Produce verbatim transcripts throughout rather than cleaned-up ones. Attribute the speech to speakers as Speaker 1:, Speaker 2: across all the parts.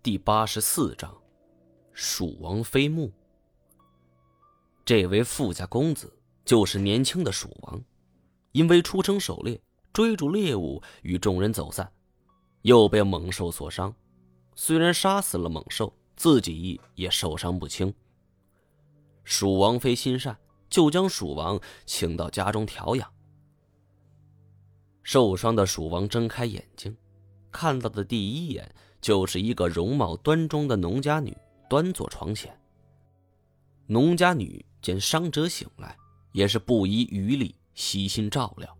Speaker 1: 第八十四章，蜀王飞墓。这位富家公子就是年轻的蜀王，因为出城狩猎，追逐猎物与众人走散，又被猛兽所伤。虽然杀死了猛兽，自己也受伤不轻。蜀王妃心善，就将蜀王请到家中调养。受伤的蜀王睁开眼睛，看到的第一眼就是一个容貌端庄的农家女端坐床前。农家女见伤者醒来，也是不遗余力悉心照料。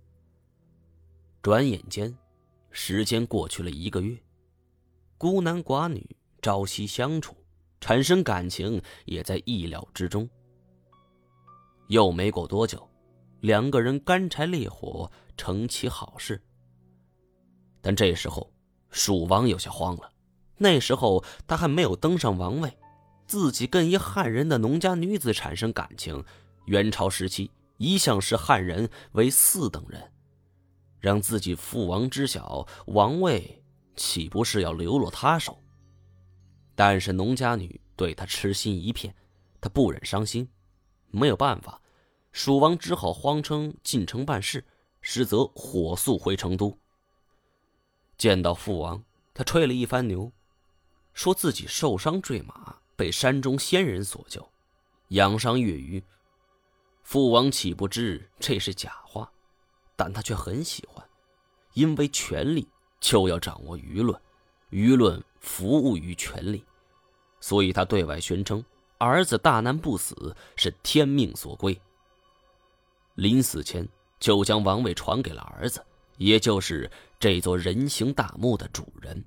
Speaker 1: 转眼间，时间过去了一个月，孤男寡女朝夕相处，产生感情也在意料之中。又没过多久，两个人干柴烈火，成其好事。但这时候蜀王有些慌了，那时候他还没有登上王位，自己跟一汉人的农家女子产生感情，元朝时期一向视汉人为四等人，让自己父王知晓，王位岂不是要流落他手？但是农家女对他痴心一片，他不忍伤心，没有办法，蜀王只好慌称进城办事，实则火速回成都。见到父王，他吹了一番牛，说自己受伤坠马，被山中仙人所救，养伤越余。父王岂不知这是假话，但他却很喜欢，因为权力就要掌握舆论，舆论服务于权力，所以他对外宣称儿子大难不死是天命所归。临死前就将王位传给了儿子，也就是这座人形大墓的主人。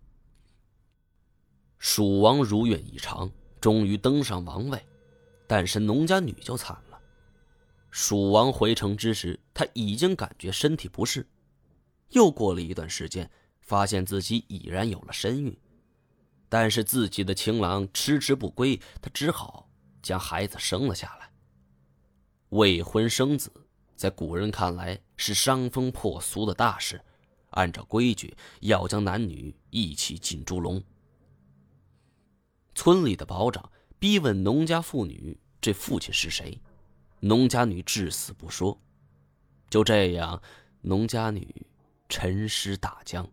Speaker 1: 蜀王如愿以偿，终于登上王位，但是农家女就惨了。蜀王回城之时，他已经感觉身体不适，又过了一段时间，发现自己已然有了身孕，但是自己的情郎迟迟不归，他只好将孩子生了下来。未婚生子在古人看来是伤风破俗的大事，按照规矩要将男女一起进猪笼。村里的保长逼问农家妇女这父亲是谁，农家女至死不说。就这样，农家女沉尸大江。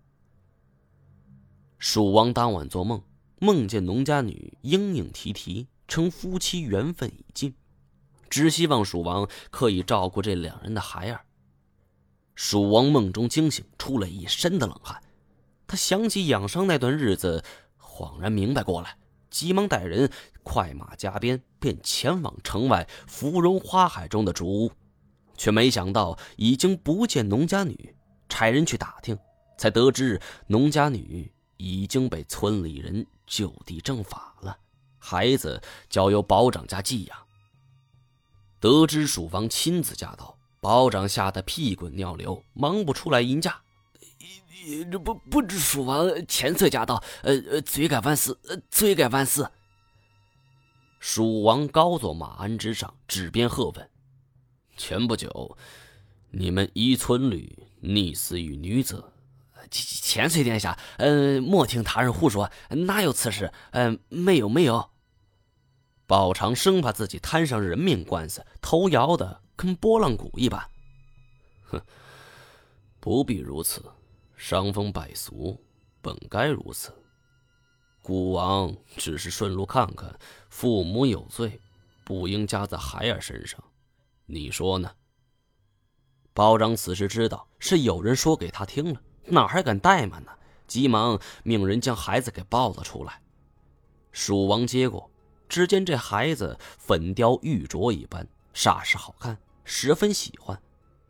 Speaker 1: 蜀王当晚做梦，梦见农家女嘤嘤啼啼，称夫妻缘分已尽，只希望蜀王可以照顾这两人的孩儿。蜀王梦中惊醒，出了一身的冷汗。他想起养伤那段日子，恍然明白过来，急忙带人快马加鞭，便前往城外芙蓉花海中的竹屋，却没想到已经不见农家女。差人去打听，才得知农家女已经被村里人就地正法了，孩子交由保长家寄养。得知蜀王亲自驾到，保长吓得屁滚尿流，忙不出来迎驾。
Speaker 2: 这不不知蜀王千岁驾到，呃，罪该万死，呃，罪该万死。
Speaker 1: 蜀王高坐马鞍之上，指鞭喝问：前不久，你们一村里溺死一女子？
Speaker 2: 千岁殿下，呃，莫听他人胡说，哪有此事？呃，没有没有。
Speaker 1: 宝常生怕自己摊上人命官司，头摇的跟拨浪鼓一般。哼，不必如此，伤风败俗，本该如此。孤王只是顺路看看，父母有罪，不应加在孩儿身上，你说呢？保长此时知道是有人说给他听了，哪还敢怠慢呢？急忙命人将孩子给抱了出来。蜀王接过，只见这孩子粉雕玉琢一般，煞是好看，十分喜欢。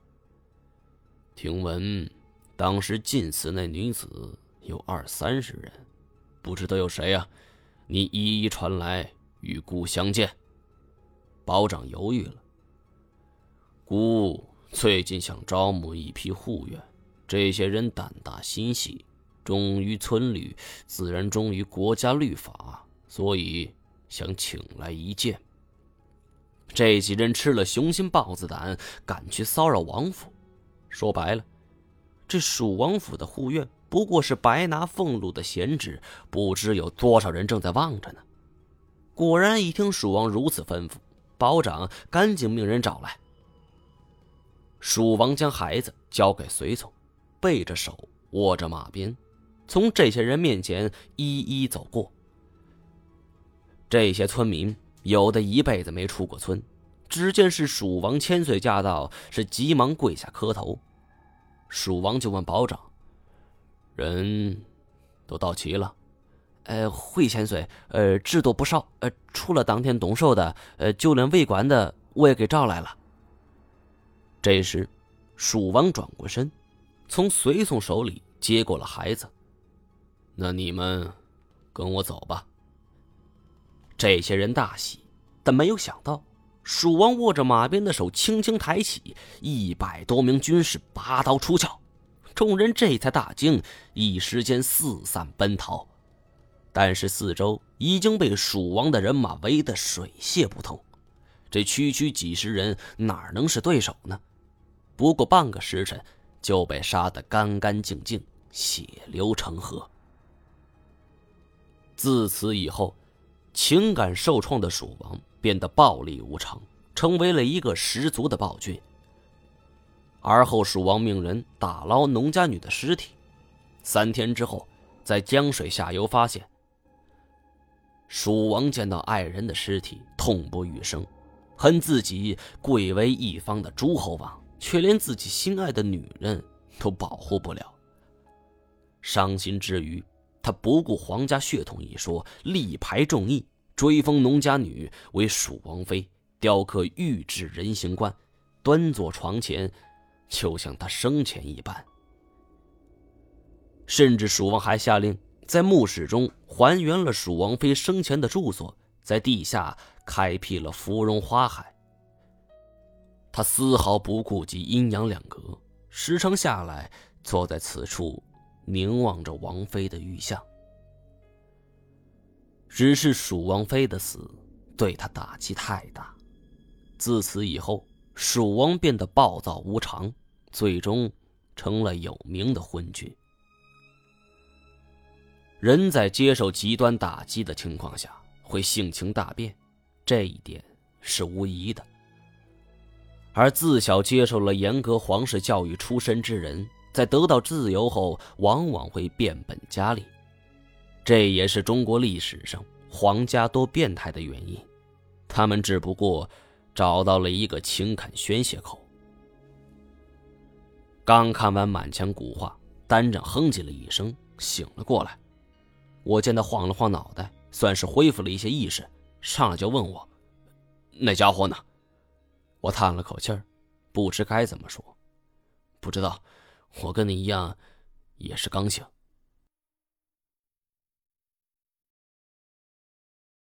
Speaker 1: 听闻当时浸死那女子有二三十人，不知道有谁啊？你一一传来，与孤相见。保长犹豫了，孤最近想招募一批护院，这些人胆大心细，忠于村律，自然忠于国家律法，所以想请来一见。这几人吃了雄心豹子胆，敢去骚扰王府。说白了，这蜀王府的护院不过是白拿俸禄的闲职，不知有多少人正在望着呢。果然一听蜀王如此吩咐，保长赶紧命人找来。蜀王将孩子交给随从，背着手握着马鞭，从这些人面前一一走过。这些村民有的一辈子没出过村，只见是蜀王千岁驾到，是急忙跪下磕头。蜀王就问保长：“人都到齐了？”“呃，会千岁，呃，至多不少，呃，除了当天动手的，呃，就连卫官的我也给找来了。”这时，蜀王转过身，从随从手里接过了孩子。“那你们跟我走吧。”这些人大喜，但没有想到，蜀王握着马鞭的手轻轻抬起，一百多名军士拔刀出鞘，众人这才大惊，一时间四散奔逃。但是四周已经被蜀王的人马围得水泄不通，这区区几十人哪能是对手呢？不过半个时辰就被杀得干干净净，血流成河。自此以后，情感受创的蜀王变得暴力无常，成为了一个十足的暴君。而后蜀王命人打捞农家女的尸体，三天之后在江水下游发现。蜀王见到爱人的尸体，痛不欲生，恨自己贵为一方的诸侯王，却连自己心爱的女人都保护不了。伤心之余，他不顾皇家血统一说，力排众议，追封农家女为蜀王妃，雕刻玉质人形冠，端坐床前，就像他生前一般。甚至蜀王还下令在墓室中还原了蜀王妃生前的住所，在地下开辟了芙蓉花海。他丝毫不顾及阴阳两隔，时常下来坐在此处，凝望着王妃的玉像。只是蜀王妃的死对他打击太大，自此以后，蜀王变得暴躁无常，最终成了有名的昏君。人在接受极端打击的情况下会性情大变，这一点是无疑的。而自小接受了严格皇室教育出身之人，在得到自由后往往会变本加厉，这也是中国历史上皇家多变态的原因。他们只不过找到了一个情感宣泄口。刚看完满腔古话，单长哼唧了一声，醒了过来。我见他晃了晃脑袋，算是恢复了一些意识，上来就问我：“那家伙呢？”我叹了口气儿，不知该怎么说。不知道，我跟你一样，也是刚醒。